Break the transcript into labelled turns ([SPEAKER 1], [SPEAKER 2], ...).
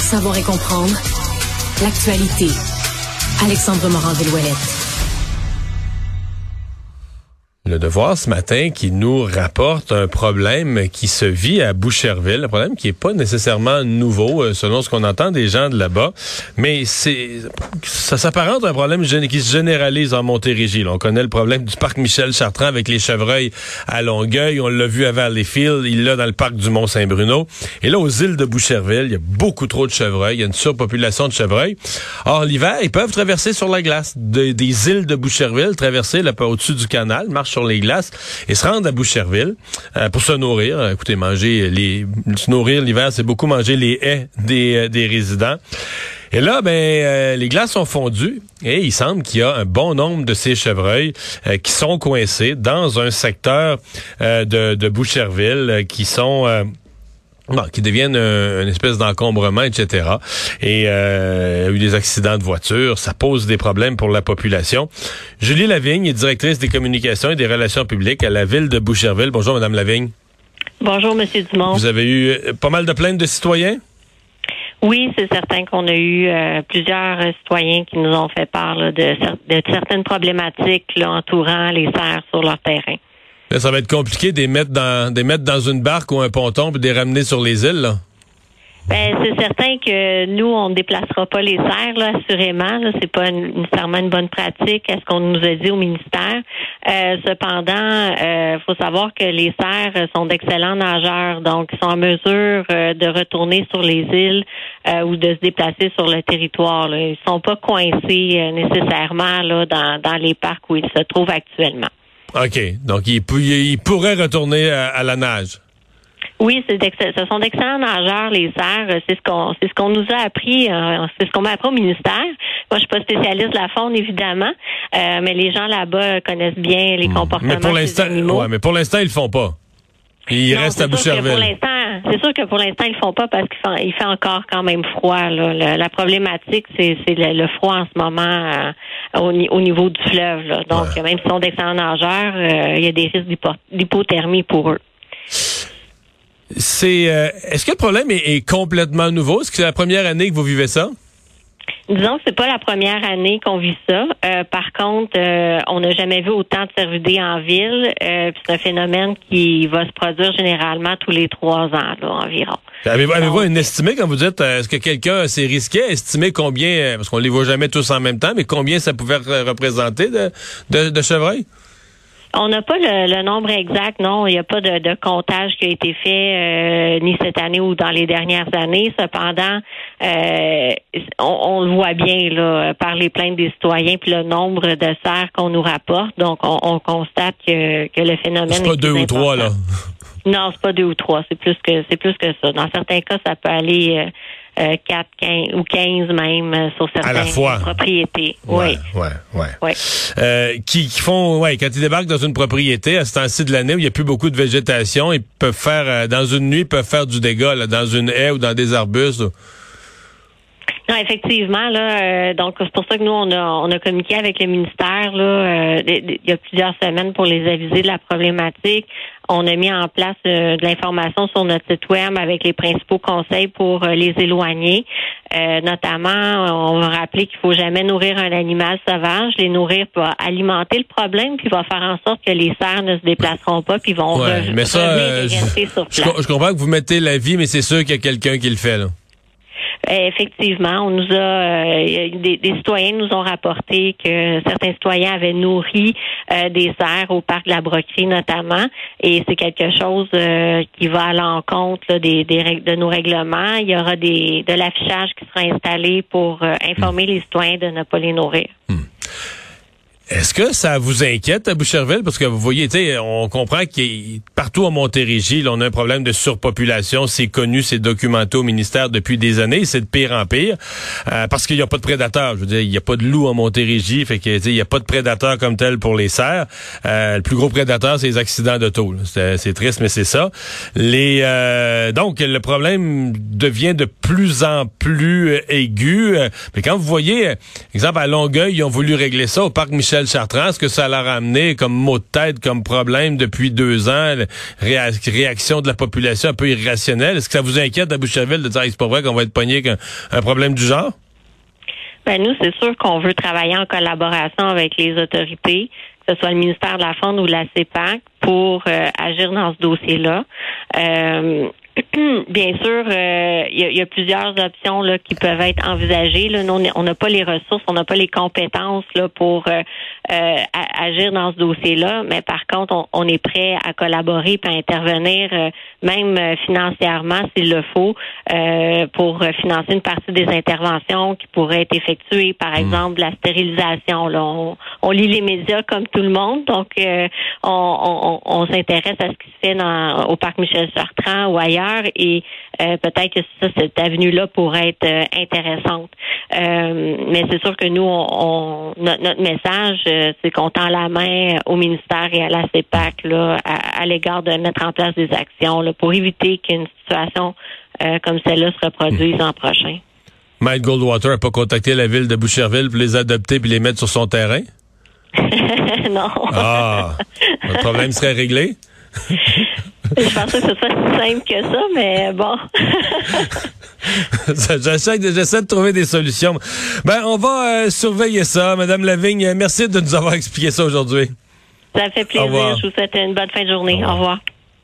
[SPEAKER 1] savoir et comprendre l'actualité. Alexandre Morin-Villouellette.
[SPEAKER 2] Le Devoir ce matin qui nous rapporte un problème qui se vit à Boucherville, un problème qui est pas nécessairement nouveau selon ce qu'on entend des gens de là-bas, mais ça s'apparente à un problème qui se généralise en Montérégie. Là, on connaît le problème du parc Michel Chartrand avec les chevreuils à Longueuil, on l'a vu à Valleyfield, il l'a dans le parc du Mont-Saint-Bruno. Et là, aux îles de Boucherville, il y a beaucoup trop de chevreuils, il y a une surpopulation de chevreuils. Or, l'hiver, ils peuvent traverser sur la glace des îles de Boucherville, traverser là, au-dessus du canal, marcher sur les glaces et se rendre à Boucherville pour se nourrir. Écoutez, se nourrir l'hiver, c'est beaucoup manger les haies des résidents. Et là, les glaces sont fondues et il semble qu'il y a un bon nombre de ces chevreuils qui sont coincés dans un secteur de Boucherville qui deviennent une espèce d'encombrement, etc. Et il y a eu des accidents de voiture. Ça pose des problèmes pour la population. Julie Lavigne est directrice des communications et des relations publiques à la ville de Boucherville. Bonjour, Madame Lavigne.
[SPEAKER 3] Bonjour, Monsieur Dumont.
[SPEAKER 2] Vous avez eu pas mal de plaintes de citoyens?
[SPEAKER 3] Oui, c'est certain qu'on a eu plusieurs citoyens qui nous ont fait part là, de certaines problématiques là, entourant les serres sur leur terrain.
[SPEAKER 2] Là, ça va être compliqué de les mettre dans une barque ou un ponton puis de les ramener sur les îles, là.
[SPEAKER 3] C'est certain que nous, on ne déplacera pas les serres, là, assurément. Là, c'est pas nécessairement une bonne pratique à ce qu'on nous a dit au ministère. Cependant, faut savoir que les cerfs sont d'excellents nageurs, donc ils sont en mesure de retourner sur les îles ou de se déplacer sur le territoire. Là. Ils sont pas coincés nécessairement là dans les parcs où ils se trouvent actuellement.
[SPEAKER 2] OK. Donc, il pourrait retourner à la nage.
[SPEAKER 3] Oui, ce sont d'excellents nageurs, les cerfs. C'est ce qu'on nous a appris. C'est ce qu'on m'a appris au ministère. Moi, je suis pas spécialiste de la faune, évidemment, mais les gens là-bas connaissent bien les comportements des animaux.
[SPEAKER 2] Ouais, mais pour l'instant, ils le font pas. Ils restent à Boucherville.
[SPEAKER 3] C'est sûr que pour l'instant, ils le font pas parce qu'il fait encore quand même froid. Là. La problématique, c'est le froid en ce moment au niveau du fleuve. Là. Donc, même s'ils sont d'excellents nageurs, il y a des risques d'hypothermie pour eux.
[SPEAKER 2] Est-ce que le problème est complètement nouveau? Est-ce que c'est la première année que vous vivez ça?
[SPEAKER 3] Disons que c'est pas la première année qu'on vit ça. Par contre, on n'a jamais vu autant de cervidés en ville. Puis c'est un phénomène qui va se produire généralement tous les 3 ans, là, environ.
[SPEAKER 2] Avez-vous une estimée quand vous dites, est-ce que quelqu'un s'est risqué à estimer combien, parce qu'on les voit jamais tous en même temps, mais combien ça pouvait représenter de chevreuils?
[SPEAKER 3] On n'a pas le nombre exact, non. Il n'y a pas de comptage qui a été fait ni cette année ou dans les dernières années. Cependant, on le voit bien là par les plaintes des citoyens puis le nombre de cerfs qu'on nous rapporte. Donc, on constate que le phénomène est
[SPEAKER 2] pas 2 ou 3 là.
[SPEAKER 3] Non, c'est pas 2 ou 3. C'est plus que ça. Dans certains cas, ça peut aller 4, 15 ou 15 même sur certaines propriétés.
[SPEAKER 2] Ouais. Qui font, quand ils débarquent dans une propriété à ce temps-ci de l'année où il n'y a plus beaucoup de végétation, ils peuvent faire, dans une nuit, du dégât, là, dans une haie ou dans des arbustes.
[SPEAKER 3] Non, effectivement, là, donc c'est pour ça que nous, on a communiqué avec le ministère, là, il y a plusieurs semaines pour les aviser de la problématique. On a mis en place de l'information sur notre site web avec les principaux conseils pour les éloigner. Notamment, on va rappeler qu'il faut jamais nourrir un animal sauvage. Les nourrir va alimenter le problème, puis va faire en sorte que les cerfs ne se déplaceront pas, puis vont revenir et rester sur place.
[SPEAKER 2] Je comprends que vous mettez la vie, mais c'est sûr qu'il y a quelqu'un qui le fait, là.
[SPEAKER 3] Effectivement, on nous a des citoyens nous ont rapporté que certains citoyens avaient nourri des cerfs au parc de la Broquerie notamment, et c'est quelque chose qui va à l'encontre là, de nos règlements. Il y aura de l'affichage qui sera installé pour informer les citoyens de ne pas les nourrir.
[SPEAKER 2] Est-ce que ça vous inquiète à Boucherville? Parce que vous voyez, on comprend qu'il partout en Montérégie, là, on a un problème de surpopulation. C'est connu, c'est documenté au ministère depuis des années. C'est de pire en pire. Parce qu'il n'y a pas de prédateurs. Je veux dire, il n'y a pas de loups en Montérégie. Fait que, il n'y a pas de prédateurs comme tel pour les cerfs. Le plus gros prédateur, c'est les accidents d'auto. C'est triste, mais c'est ça. Donc, le problème devient de plus en plus aigu. Mais quand vous voyez, exemple, à Longueuil, ils ont voulu régler ça au parc Michel Michel Chartrand, ce que ça leur a amené comme mot de tête, comme problème depuis 2 ans, réaction de la population un peu irrationnelle. Est-ce que ça vous inquiète à Boucherville de dire c'est pas vrai qu'on va être pogné avec un problème du genre?
[SPEAKER 3] Ben nous, c'est sûr qu'on veut travailler en collaboration avec les autorités, que ce soit le ministère de la Faune ou la CEPAC, pour agir dans ce dossier-là. Bien sûr, il y a plusieurs options là qui peuvent être envisagées. Là, nous, on n'a pas les ressources, on n'a pas les compétences là pour agir dans ce dossier-là, mais par contre, on est prêt à collaborer et à intervenir, même financièrement s'il le faut, pour financer une partie des interventions qui pourraient être effectuées, par exemple la stérilisation. Là, on lit les médias comme tout le monde, donc on s'intéresse à ce qui se fait au parc Michel Chartrand ou ailleurs. Et peut-être que cette avenue-là pourrait être intéressante. Mais c'est sûr que nous, notre message, c'est qu'on tend la main au ministère et à la CEPAC là, à l'égard de mettre en place des actions là, pour éviter qu'une situation comme celle-là se reproduise l'an prochain.
[SPEAKER 2] Mike Goldwater n'a pas contacté la ville de Boucherville pour les adopter puis les mettre sur son terrain?
[SPEAKER 3] Non.
[SPEAKER 2] Ah! Le problème serait réglé?
[SPEAKER 3] Je pensais que ce soit si simple que ça, mais bon.
[SPEAKER 2] J'essaie de trouver des solutions. Ben, on va surveiller ça. Madame Lavigne, merci de nous avoir expliqué ça aujourd'hui.
[SPEAKER 3] Ça fait plaisir. Je vous souhaite une bonne fin de journée. Au revoir.